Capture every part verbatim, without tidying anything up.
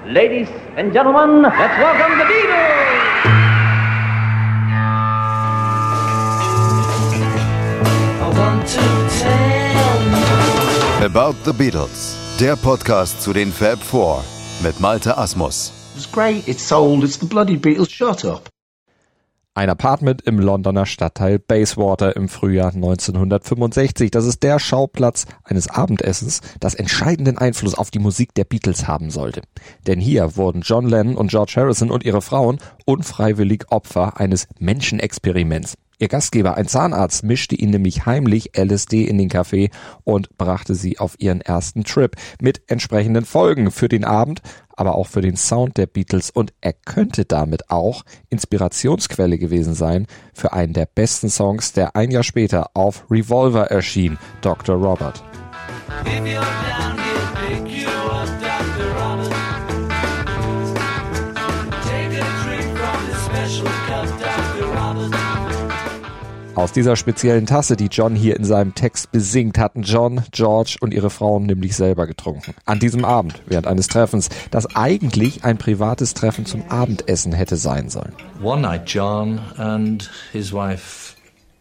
Ladies and gentlemen, let's welcome the Beatles! I want to tell About the Beatles, der Podcast zu den Fab Four mit Malte Asmus. It's great, it's sold, it's the bloody Beatles, shut up. Ein Apartment im Londoner Stadtteil Bayswater im Frühjahr neunzehnhundertfünfundsechzig. Das ist der Schauplatz eines Abendessens, das entscheidenden Einfluss auf die Musik der Beatles haben sollte. Denn hier wurden John Lennon und George Harrison und ihre Frauen unfreiwillig Opfer eines Menschenexperiments. Ihr Gastgeber, ein Zahnarzt, mischte ihnen nämlich heimlich L S D in den Kaffee und brachte sie auf ihren ersten Trip mit entsprechenden Folgen für den Abend, aber auch für den Sound der Beatles, und er könnte damit auch Inspirationsquelle gewesen sein für einen der besten Songs, der ein Jahr später auf Revolver erschien, Doktor Robert. Aus dieser speziellen Tasse, die John hier in seinem Text besingt, hatten John, George und ihre Frauen nämlich selber getrunken. An diesem Abend, während eines Treffens, das eigentlich ein privates Treffen zum Abendessen hätte sein sollen. One night John and his wife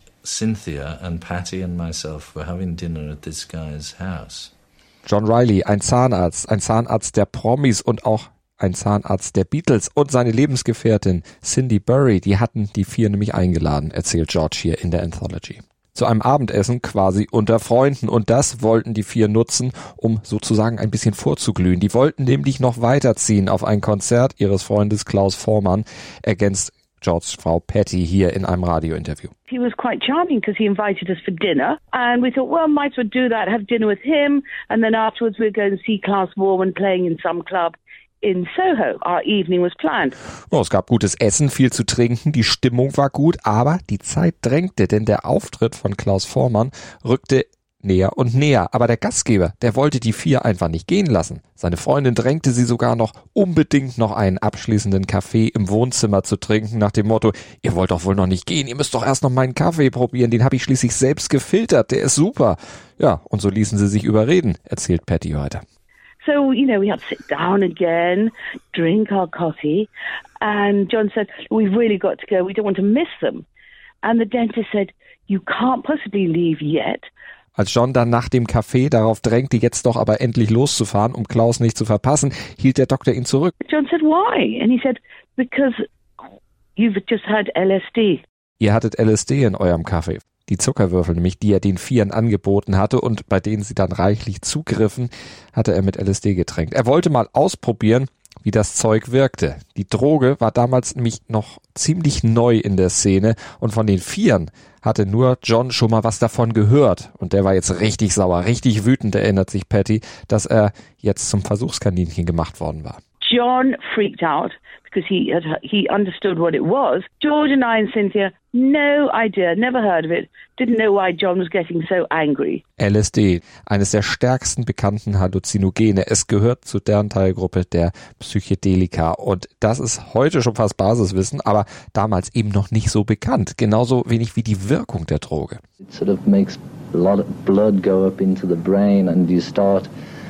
Cynthia and Patty and myself were having dinner at this guy's house. John Riley, ein Zahnarzt, ein Zahnarzt der Promis und auch ein Zahnarzt der Beatles, und seine Lebensgefährtin Cindy Burry, die hatten die vier nämlich eingeladen, erzählt George hier in der Anthology. Zu einem Abendessen quasi unter Freunden, und das wollten die vier nutzen, um sozusagen ein bisschen vorzuglühen. Die wollten nämlich noch weiterziehen auf ein Konzert ihres Freundes Klaus Voormann, ergänzt Georges Frau Patty hier in einem Radiointerview. He was quite charming because he invited us for dinner, and we thought, well, might as well do that, have dinner with him, and then afterwards we'll go and see Klaus Voormann playing in some club in Soho. Our evening was planned. Oh, es gab gutes Essen, viel zu trinken, die Stimmung war gut, aber die Zeit drängte, denn der Auftritt von Klaus Voormann rückte näher und näher. Aber der Gastgeber, der wollte die vier einfach nicht gehen lassen. Seine Freundin drängte sie sogar noch, unbedingt noch einen abschließenden Kaffee im Wohnzimmer zu trinken, nach dem Motto, ihr wollt doch wohl noch nicht gehen, ihr müsst doch erst noch meinen Kaffee probieren, den habe ich schließlich selbst gefiltert, der ist super. Ja, und so ließen sie sich überreden, erzählt Patty weiter. So, you know, we had to sit down again, drink our coffee, and John said, we've really got to go, we don't want to miss them. And the dentist said, you can't possibly leave yet. Als John dann nach dem Kaffee darauf drängte, jetzt doch aber endlich loszufahren, um Klaus nicht zu verpassen, hielt der Doktor ihn zurück. John said, why? And he said, because you've just had L S D. Ihr hattet L S D in eurem Kaffee. Die Zuckerwürfel nämlich, die er den Vieren angeboten hatte und bei denen sie dann reichlich zugriffen, hatte er mit L S D getränkt. Er wollte mal ausprobieren, wie das Zeug wirkte. Die Droge war damals nämlich noch ziemlich neu in der Szene, und von den Vieren hatte nur John schon mal was davon gehört. Und der war jetzt richtig sauer, richtig wütend, erinnert sich Patty, dass er jetzt zum Versuchskaninchen gemacht worden war. John freaked out because he had, he understood what it was. George and I and Cynthia, no idea, never heard of it, didn't know why John was getting so angry. L S D, eines der stärksten bekannten Halluzinogene. Es gehört zu deren Teilgruppe der Psychedelika, und das ist heute schon fast Basiswissen, aber damals eben noch nicht so bekannt. Genauso wenig wie die Wirkung der Droge. It sort of makes a lot of blood go up into the brain, and you start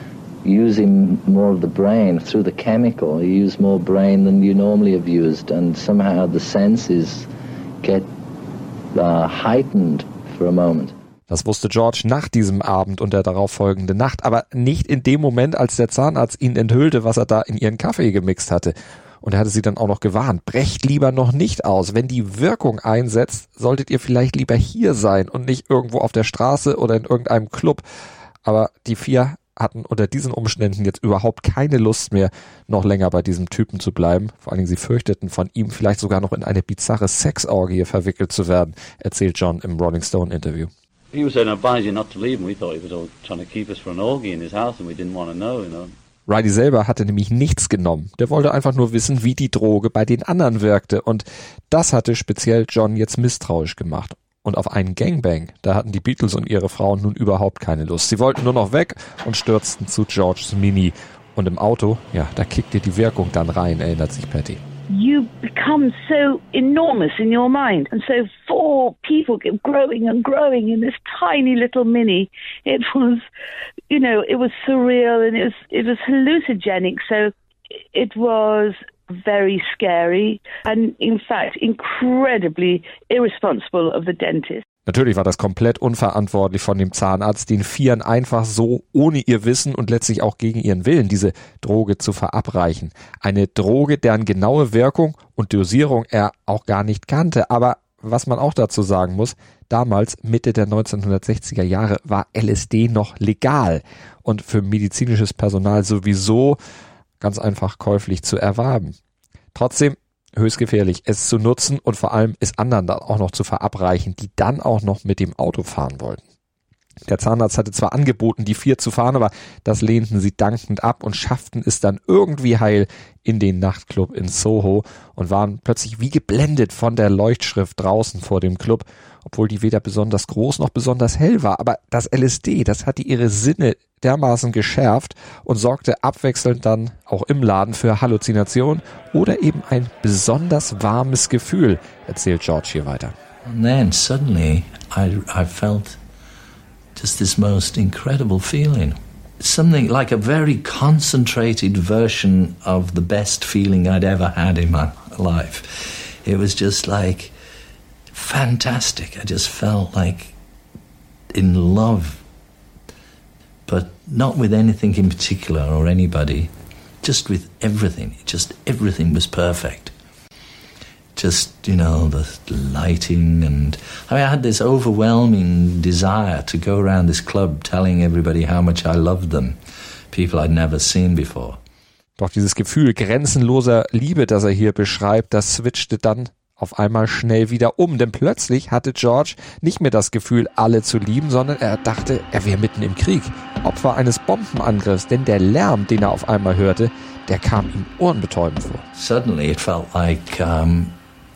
using more of the brain through the chemical. You use more brain than you normally have used, and somehow the senses get uh, heightened for a moment. Das wusste George nach diesem Abend und der darauffolgenden Nacht, aber nicht in dem Moment, als der Zahnarzt ihnen enthüllte, was er da in ihren Kaffee gemixt hatte. Und er hatte sie dann auch noch gewarnt, brecht lieber noch nicht aus. Wenn die Wirkung einsetzt, solltet ihr vielleicht lieber hier sein und nicht irgendwo auf der Straße oder in irgendeinem Club. Aber die vier hatten unter diesen Umständen jetzt überhaupt keine Lust mehr, noch länger bei diesem Typen zu bleiben. Vor allen Dingen, sie fürchteten, von ihm vielleicht sogar noch in eine bizarre Sexorgie verwickelt zu werden, erzählt John im Rolling Stone Interview. He was saying, I advise you not to leave, and we thought he was all trying to keep us for an orgy in his house, and we didn't want to know, you know. Riley selber hatte nämlich nichts genommen. Der wollte einfach nur wissen, wie die Droge bei den anderen wirkte, und das hatte speziell John jetzt misstrauisch gemacht. Und auf einen Gangbang, da hatten die Beatles und ihre Frauen nun überhaupt keine Lust. Sie wollten nur noch weg und stürzten zu Georges Mini. Und im Auto, ja, da kickte die Wirkung dann rein, erinnert sich Patty. You become so enormous in your mind. And so four people kept growing and growing in this tiny little Mini. It was, you know, it was surreal and it was, it was hallucinogenic. So it was very scary and in fact incredibly irresponsible of the dentist. Natürlich war das komplett unverantwortlich von dem Zahnarzt, den Vieren einfach so ohne ihr Wissen und letztlich auch gegen ihren Willen diese Droge zu verabreichen. Eine Droge, deren genaue Wirkung und Dosierung er auch gar nicht kannte. Aber was man auch dazu sagen muss, damals, Mitte der neunzehnhundertsechziger Jahre, war L S D noch legal und für medizinisches Personal sowieso ganz einfach käuflich zu erwerben. Trotzdem höchst gefährlich, es zu nutzen und vor allem es anderen dann auch noch zu verabreichen, die dann auch noch mit dem Auto fahren wollten. Der Zahnarzt hatte zwar angeboten, die Vier zu fahren, aber das lehnten sie dankend ab und schafften es dann irgendwie heil in den Nachtclub in Soho und waren plötzlich wie geblendet von der Leuchtschrift draußen vor dem Club, obwohl die weder besonders groß noch besonders hell war. Aber das L S D, das hatte ihre Sinne dermaßen geschärft und sorgte abwechselnd dann auch im Laden für Halluzinationen oder eben ein besonders warmes Gefühl, erzählt George hier weiter. And then suddenly I, I felt just this most incredible feeling. Something like a very concentrated version of the best feeling I'd ever had in my life. It was just like fantastic. I just felt like in love, but not with anything in particular or anybody, just with everything. Just everything was perfect. Just, you know, the lighting and... I mean, I had this overwhelming desire to go around this club telling everybody how much I loved them, people I'd never seen before. Doch dieses Gefühl grenzenloser Liebe, das er hier beschreibt, das switchte dann auf einmal schnell wieder um, denn plötzlich hatte George nicht mehr das Gefühl, alle zu lieben, sondern er dachte, er wäre mitten im Krieg, Opfer eines Bombenangriffs, denn der Lärm, den er auf einmal hörte, der kam ihm ohrenbetäubend vor. Suddenly it felt like um,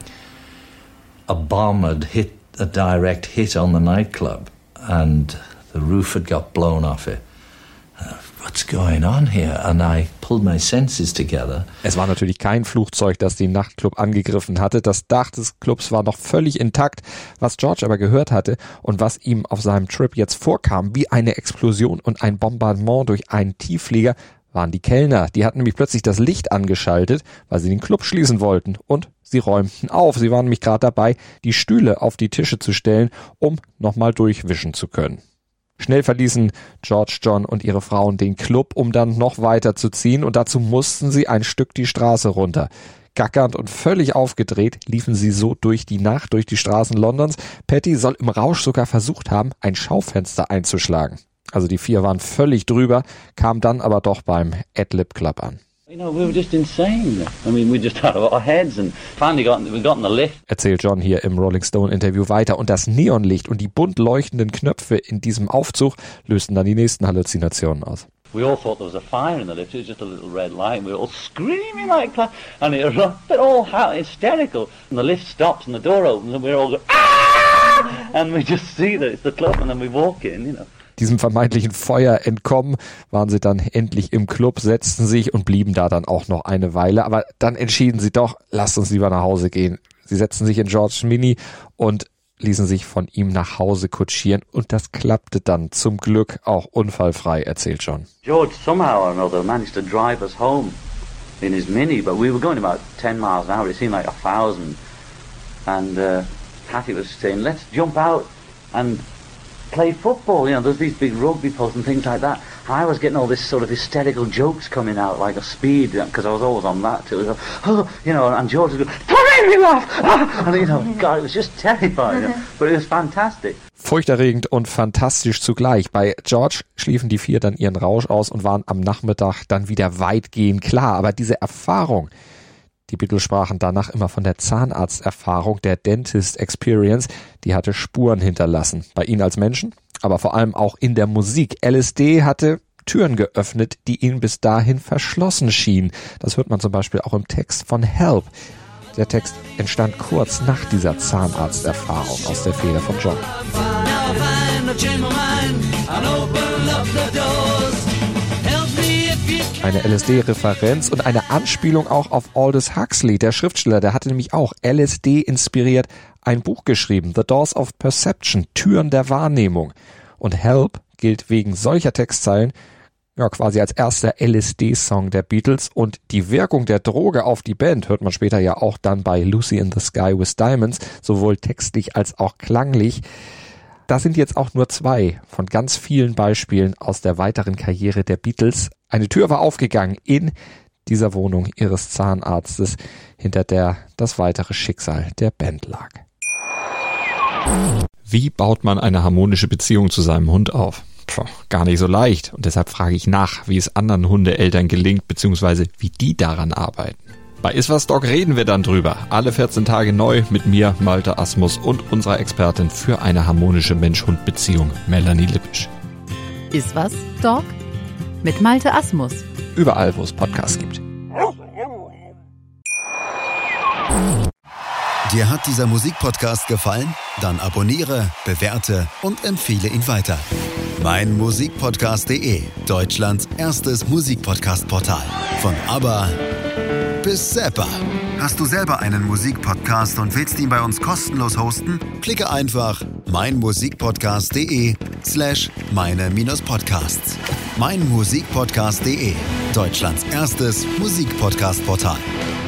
a bomb had hit a direct hit on the nightclub and the roof had got blown off it. Uh, what's going on here? And I pulled my senses together. Es war natürlich kein Flugzeug, das den Nachtclub angegriffen hatte. Das Dach des Clubs war noch völlig intakt. Was George aber gehört hatte und was ihm auf seinem Trip jetzt vorkam, wie eine Explosion und ein Bombardement durch einen Tiefflieger, waren die Kellner. Die hatten nämlich plötzlich das Licht angeschaltet, weil sie den Club schließen wollten. Und sie räumten auf. Sie waren nämlich gerade dabei, die Stühle auf die Tische zu stellen, um nochmal durchwischen zu können. Schnell verließen George, John und ihre Frauen den Club, um dann noch weiter zu ziehen, und dazu mussten sie ein Stück die Straße runter. Gackernd und völlig aufgedreht liefen sie so durch die Nacht, durch die Straßen Londons. Patty soll im Rausch sogar versucht haben, ein Schaufenster einzuschlagen. Also die Vier waren völlig drüber, kamen dann aber doch beim Adlib Club an. You know, we were just insane. I mean, we just had our heads and finally got, we got in the lift. Erzählt John hier im Rolling Stone Interview weiter. Und das Neonlicht und die bunt leuchtenden Knöpfe in diesem Aufzug lösten dann die nächsten Halluzinationen aus. We all thought there was a fire in the lift. It was just a little red light. We were all screaming like that, and it was but all hysterical. And the lift stops and the door opens, and we're all going, ah! And we just see that it's the club, and then we walk in, you know. Diesem vermeintlichen Feuer entkommen, waren sie dann endlich im Club, setzten sich und blieben da dann auch noch eine Weile. Aber dann entschieden sie doch, lasst uns lieber nach Hause gehen. Sie setzten sich in George's Mini und ließen sich von ihm nach Hause kutschieren. Und das klappte dann zum Glück auch unfallfrei, erzählt John. George somehow or another managed to drive us home in his Mini, but we were going about ten miles an hour. It seemed like a thousand. And uh, Patty was saying, let's jump out and play football, you know, there's these big rugby posts and things like that. I was getting all this sort of hysterical jokes coming out, like a speed, because I was always on that too. Was, oh, you know, and George was going, don't make me laugh! Ah! And, you know, God, it was just terrifying, you know, but it was fantastic. Furchterregend und fantastisch zugleich. Bei George schliefen die Vier dann ihren Rausch aus und waren am Nachmittag dann wieder weitgehend klar. Aber diese Erfahrung, die Beatles sprachen danach immer von der Zahnarzterfahrung, der Dentist Experience, die hatte Spuren hinterlassen. Bei ihnen als Menschen, aber vor allem auch in der Musik. L S D hatte Türen geöffnet, die ihnen bis dahin verschlossen schienen. Das hört man zum Beispiel auch im Text von Help. Der Text entstand kurz nach dieser Zahnarzterfahrung aus der Feder von John. Eine L S D-Referenz und eine Anspielung auch auf Aldous Huxley, der Schriftsteller, der hatte nämlich auch L S D inspiriert ein Buch geschrieben, The Doors of Perception, Türen der Wahrnehmung. Und Help gilt wegen solcher Textzeilen Ja, quasi als erster L S D-Song der Beatles, und die Wirkung der Droge auf die Band hört man später ja auch dann bei Lucy in the Sky with Diamonds, sowohl textlich als auch klanglich. Das sind jetzt auch nur zwei von ganz vielen Beispielen aus der weiteren Karriere der Beatles. Eine Tür war aufgegangen in dieser Wohnung ihres Zahnarztes, hinter der das weitere Schicksal der Band lag. Wie baut man eine harmonische Beziehung zu seinem Hund auf? Puh, gar nicht so leicht. Und deshalb frage ich nach, wie es anderen Hundeeltern gelingt, beziehungsweise wie die daran arbeiten. Bei Iswas Dog reden wir dann drüber. Alle vierzehn Tage neu mit mir, Malte Asmus, und unserer Expertin für eine harmonische Mensch-Hund-Beziehung, Melanie Lippisch. Iswas Dog mit Malte Asmus. Überall, wo es Podcasts gibt. Dir hat dieser Musikpodcast gefallen? Dann abonniere, bewerte und empfehle ihn weiter. mein Musikpodcast punkt de, Deutschlands erstes Musikpodcast-Portal. Von ABBA bis Zappa. Hast du selber einen Musikpodcast und willst ihn bei uns kostenlos hosten? Klicke einfach meinmusikpodcast.de slash meine-podcasts. mein Musikpodcast punkt de, Deutschlands erstes Musikpodcast-Portal.